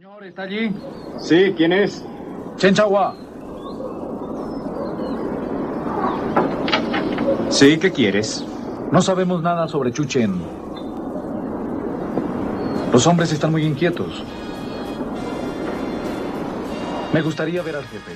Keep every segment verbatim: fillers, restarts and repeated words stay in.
Señor, ¿está allí? Sí, ¿quién es? Chen Chahua. Sí, ¿qué quieres? No sabemos nada sobre Chu Chen. Los hombres están muy inquietos. Me gustaría ver al jefe.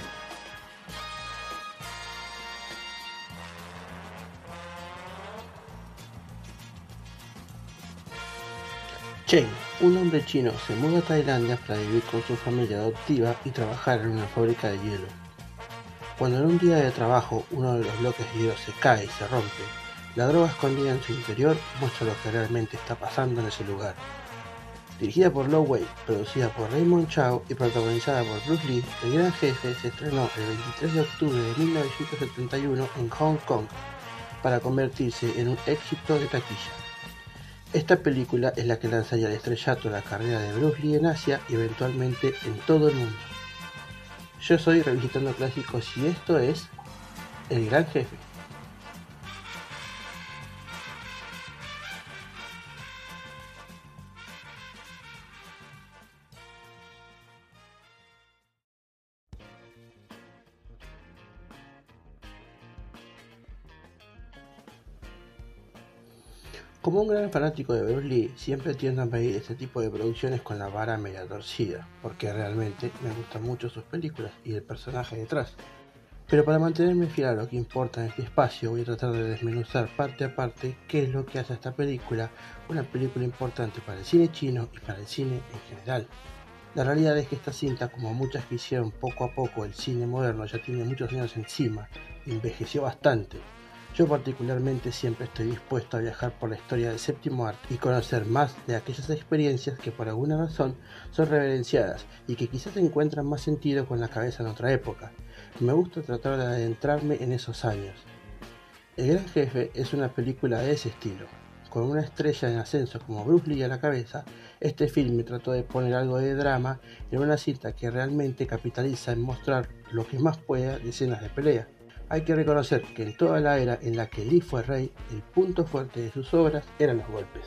Chen, un hombre chino, se muda a Tailandia para vivir con su familia adoptiva y trabajar en una fábrica de hielo. Cuando en un día de trabajo uno de los bloques de hielo se cae y se rompe, la droga escondida en su interior muestra lo que realmente está pasando en ese lugar. Dirigida por Lo Wei, producida por Raymond Chow y protagonizada por Bruce Lee, El Gran Jefe se estrenó el veintitrés de octubre de mil novecientos setenta y uno en Hong Kong para convertirse en un éxito de taquilla. Esta película es la que lanzaría al estrellato la carrera de Bruce Lee en Asia y eventualmente en todo el mundo. Yo soy Revisitando Clásicos y esto es El Gran Jefe. Como un gran fanático de Bruce Lee, siempre tiendo a medir este tipo de producciones con la vara media torcida, porque realmente me gustan mucho sus películas y el personaje detrás. Pero para mantenerme fiel a lo que importa en este espacio, voy a tratar de desmenuzar parte a parte qué es lo que hace a esta película una película importante para el cine chino y para el cine en general. La realidad es que esta cinta, como muchas que hicieron poco a poco el cine moderno, ya tiene muchos años encima y envejeció bastante. Yo particularmente siempre estoy dispuesto a viajar por la historia del séptimo arte y conocer más de aquellas experiencias que por alguna razón son reverenciadas y que quizás encuentran más sentido con la cabeza en otra época. Me gusta tratar de adentrarme en esos años. El Gran Jefe es una película de ese estilo. Con una estrella en ascenso como Bruce Lee a la cabeza, este filme trató de poner algo de drama en una cinta que realmente capitaliza en mostrar lo que más pueda de escenas de pelea. Hay que reconocer que en toda la era en la que Lee fue rey, el punto fuerte de sus obras eran los golpes.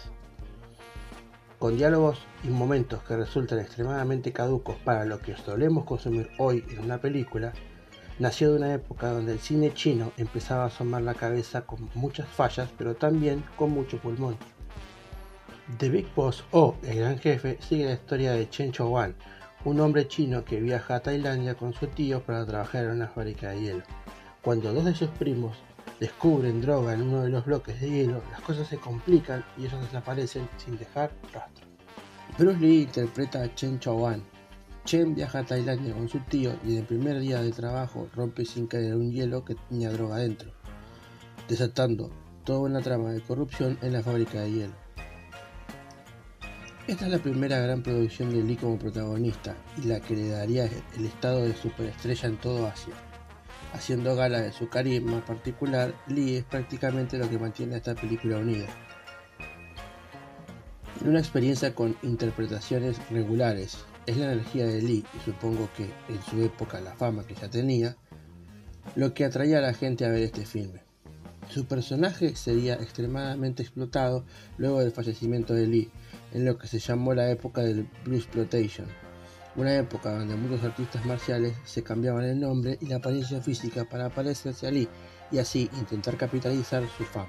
Con diálogos y momentos que resultan extremadamente caducos para lo que solemos consumir hoy en una película, nació de una época donde el cine chino empezaba a asomar la cabeza con muchas fallas, pero también con mucho pulmón. The Big Boss o El Gran Jefe sigue la historia de Chen Chao-wan, un hombre chino que viaja a Tailandia con su tío para trabajar en una fábrica de hielo. Cuando dos de sus primos descubren droga en uno de los bloques de hielo, las cosas se complican y ellos desaparecen sin dejar rastro. Bruce Lee interpreta a Chen Chao-wan. Chen viaja a Tailandia con su tío y en el primer día de trabajo rompe sin querer un hielo que tenía droga dentro, desatando toda una trama de corrupción en la fábrica de hielo. Esta es la primera gran producción de Lee como protagonista y la que le daría el estado de superestrella en todo Asia. Haciendo gala de su carisma particular, Lee es prácticamente lo que mantiene a esta película unida. En una experiencia con interpretaciones regulares, es la energía de Lee, y supongo que en su época la fama que ya tenía, lo que atraía a la gente a ver este filme. Su personaje sería extremadamente explotado luego del fallecimiento de Lee, en lo que se llamó la época del Bluesploitation, una época donde muchos artistas marciales se cambiaban el nombre y la apariencia física para parecerse a Lee y así intentar capitalizar su fama.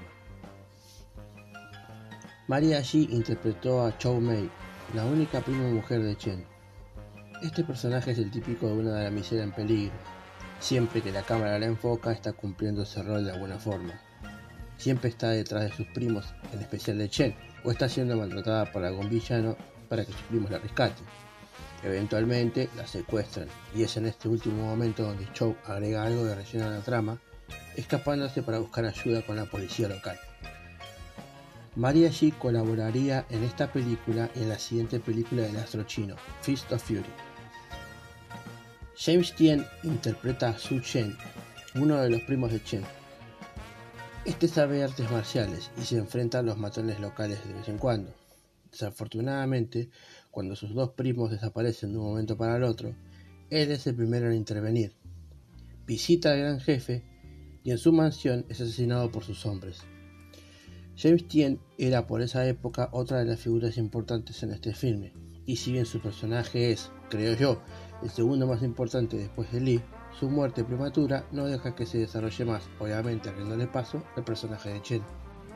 Maria Yi interpretó a Chou Mei, la única prima mujer de Chen. Este personaje es el típico de una damisela en peligro. Siempre que la cámara la enfoca está cumpliendo ese rol de alguna forma. Siempre está detrás de sus primos, en especial de Chen, o está siendo maltratada por algún villano para que sus primos la rescaten. Eventualmente la secuestran, y es en este último momento donde Chou agrega algo de relleno a la trama, escapándose para buscar ayuda con la policía local. Maria Yi colaboraría en esta película y en la siguiente película del astro chino, Fist of Fury. James Tien interpreta a Su Chen, uno de los primos de Chen. Este sabe artes marciales y se enfrenta a los matones locales de vez en cuando. Desafortunadamente, cuando sus dos primos desaparecen de un momento para el otro, él es el primero en intervenir. Visita al Gran Jefe y en su mansión es asesinado por sus hombres. James Tien era por esa época otra de las figuras importantes en este filme, y si bien su personaje es, creo yo, el segundo más importante después de Lee, su muerte prematura no deja que se desarrolle más, obviamente abriéndole paso al personaje de Chen.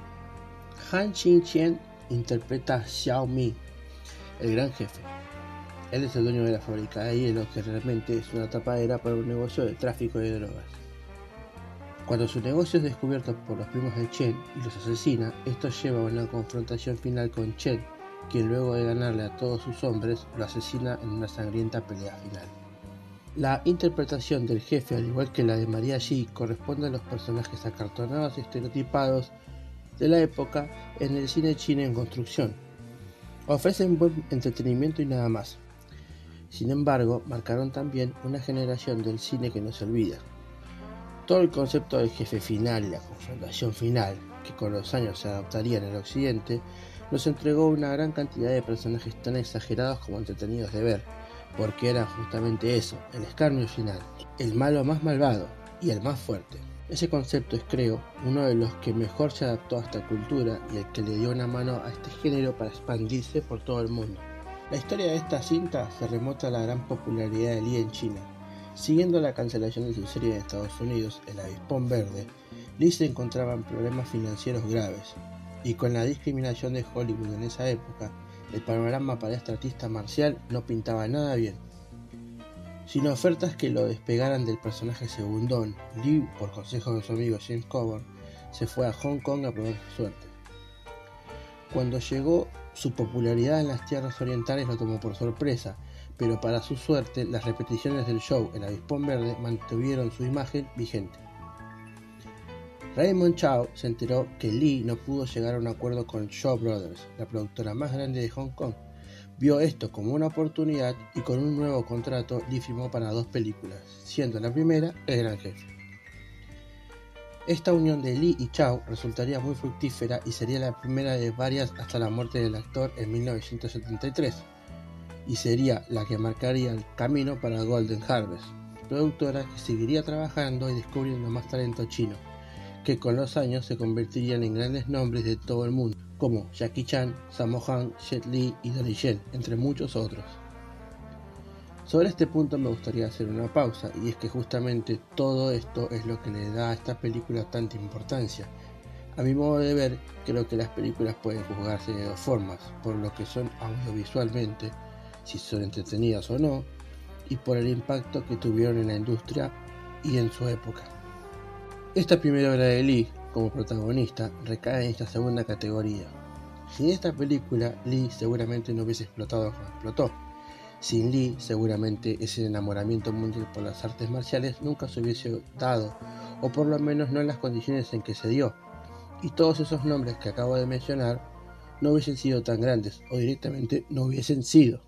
Han Xingqian interpreta a Xiao Mi, el gran jefe. Él es el dueño de la fábrica de hielo, que realmente es una tapadera para un negocio de tráfico de drogas. Cuando su negocio es descubierto por los primos de Chen y los asesina, esto lleva a una confrontación final con Chen, quien luego de ganarle a todos sus hombres, lo asesina en una sangrienta pelea final. La interpretación del jefe, al igual que la de Maria Yi, corresponde a los personajes acartonados y estereotipados de la época en el cine chino en construcción. Ofrecen buen entretenimiento y nada más. Sin embargo, marcaron también una generación del cine que no se olvida. Todo el concepto del jefe final y la confrontación final, que con los años se adaptaría en el occidente, nos entregó una gran cantidad de personajes tan exagerados como entretenidos de ver, porque eran justamente eso, el escarnio final, el malo más malvado y el más fuerte. Ese concepto es, creo, uno de los que mejor se adaptó a esta cultura y el que le dio una mano a este género para expandirse por todo el mundo. La historia de esta cinta se remonta a la gran popularidad de Lee en China. Siguiendo la cancelación de su serie en Estados Unidos, El Avispón Verde, Lee se encontraba en problemas financieros graves, y con la discriminación de Hollywood en esa época, el panorama para este artista marcial no pintaba nada bien. Sin ofertas que lo despegaran del personaje segundón, Lee, por consejo de su amigo James Coburn, se fue a Hong Kong a probar su suerte. Cuando llegó, su popularidad en las tierras orientales lo tomó por sorpresa, pero para su suerte, las repeticiones del show El Avispón Verde mantuvieron su imagen vigente. Raymond Chow se enteró que Lee no pudo llegar a un acuerdo con Shaw Brothers, la productora más grande de Hong Kong. Vio esto como una oportunidad y con un nuevo contrato Lee firmó para dos películas, siendo la primera El Gran Jefe. Esta unión de Lee y Chow resultaría muy fructífera y sería la primera de varias hasta la muerte del actor en mil novecientos setenta y tres, y sería la que marcaría el camino para Golden Harvest, productora que seguiría trabajando y descubriendo más talento chino, que con los años se convertirían en grandes nombres de todo el mundo, como Jackie Chan, Sammo Hung, Jet Li y Donnie Yen, entre muchos otros. Sobre este punto me gustaría hacer una pausa, y es que justamente todo esto es lo que le da a esta película tanta importancia. A mi modo de ver, creo que las películas pueden juzgarse de dos formas, por lo que son audiovisualmente, si son entretenidas o no, y por el impacto que tuvieron en la industria y en su época. Esta primera obra de Lee, como protagonista, recae en esta segunda categoría. Sin esta película, Lee seguramente no hubiese explotado como explotó. Sin Lee, seguramente ese enamoramiento mundial por las artes marciales nunca se hubiese dado, o por lo menos no en las condiciones en que se dio. Y todos esos nombres que acabo de mencionar no hubiesen sido tan grandes, o directamente no hubiesen sido.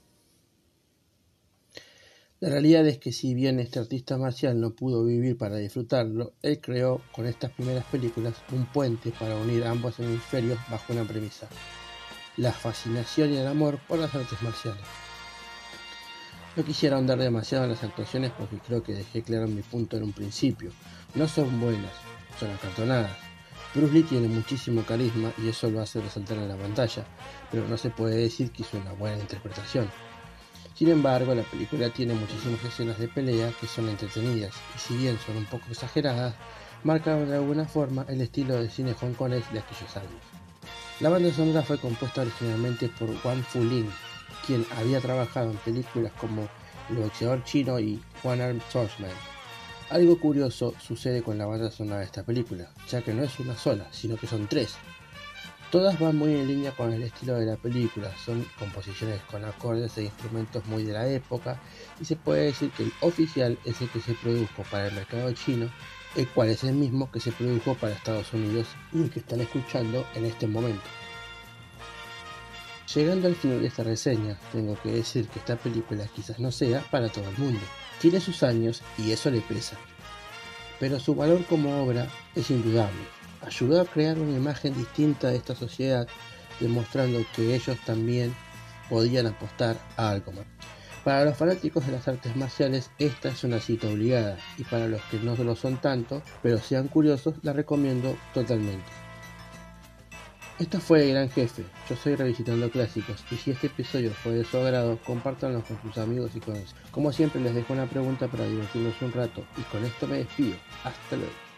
La realidad es que si bien este artista marcial no pudo vivir para disfrutarlo, él creó con estas primeras películas un puente para unir ambos hemisferios bajo una premisa: la fascinación y el amor por las artes marciales. No quisiera ahondar demasiado en las actuaciones porque creo que dejé claro mi punto en un principio. No son buenas, son acartonadas. Bruce Lee tiene muchísimo carisma y eso lo hace resaltar en la pantalla, pero no se puede decir que hizo una buena interpretación. Sin embargo, la película tiene muchísimas escenas de pelea que son entretenidas y si bien son un poco exageradas, marcan de alguna forma el estilo de cine hongkonés de aquellos años. La banda sonora fue compuesta originalmente por Wang Fu-Lin, quien había trabajado en películas como El boxeador chino y One Armed Swordsman. Algo curioso sucede con la banda sonora de esta película, ya que no es una sola, sino que son tres. Todas van muy en línea con el estilo de la película, son composiciones con acordes e instrumentos muy de la época, y se puede decir que el oficial es el que se produjo para el mercado chino, el cual es el mismo que se produjo para Estados Unidos y el que están escuchando en este momento. Llegando al final de esta reseña, tengo que decir que esta película quizás no sea para todo el mundo. Tiene sus años y eso le pesa, pero su valor como obra es indudable. Ayudó a crear una imagen distinta de esta sociedad, demostrando que ellos también podían apostar a algo más. Para los fanáticos de las artes marciales, esta es una cita obligada, y para los que no lo son tanto, pero sean curiosos, la recomiendo totalmente. Esto fue El Gran Jefe, yo soy Revisitando Clásicos, y si este episodio fue de su agrado, compártanlo con sus amigos y conocidos. Como siempre les dejo una pregunta para divertirnos un rato, y con esto me despido. Hasta luego.